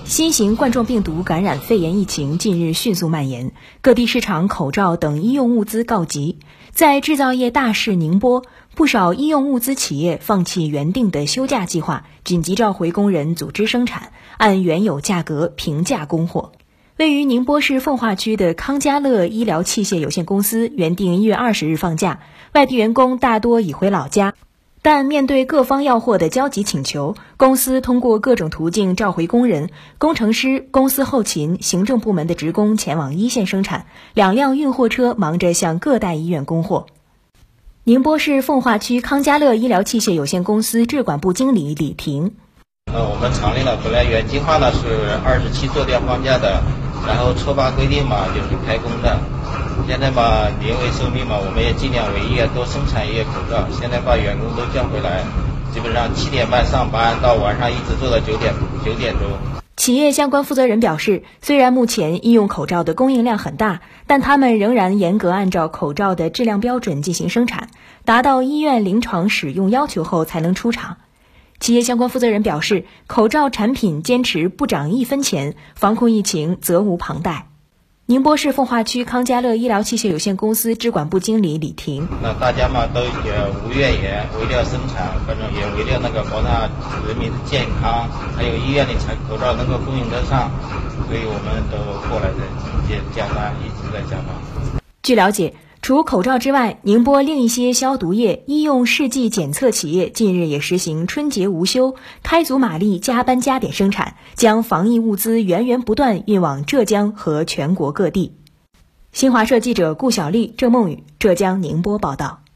新型冠状病毒感染肺炎疫情近日迅速蔓延，各地市场口罩等医用物资告急。在制造业大市宁波，不少医用物资企业放弃原定的休假计划，紧急召回工人组织生产，按原有价格平价供货。位于宁波市奉化区的康佳乐医疗器械有限公司原定1月20日放假，外地员工大多已回老家。但面对各方要货的焦急请求，公司通过各种途径召回工人、工程师、公司后勤、行政部门的职工前往一线生产，2辆运货车忙着向各大医院供货。宁波市奉化区康佳乐医疗器械有限公司质管部经理李婷： 我们厂里呢，本来原计划呢是27做掉放假的，然后初8规定嘛就是开工的。现在嘛，临危受命嘛，我们也尽量为业多生产一些口罩。现在把员工都叫回来，基本上7点半上班，到晚上一直做到9点钟。 企业相关负责人表示，虽然目前医用口罩的供应量很大，但他们仍然严格按照口罩的质量标准进行生产，达到医院临床使用要求后才能出厂。企业相关负责人表示，口罩产品坚持不涨1分钱，防控疫情责无旁贷。宁波市奉化区康佳乐医疗器械有限公司质管部经理李婷： 那大家嘛都也无怨言，为了生产，反正也为了广大人民的健康，还有医院的口罩能够供应得上，所以我们都过来的加班，一直在加班。 据了解，除口罩之外，宁波另一些消毒液、医用试剂检测企业近日也实行春节无休，开足马力加班加点生产，将防疫物资源源不断运往浙江和全国各地。新华社记者顾晓丽、郑梦雨浙江宁波报道。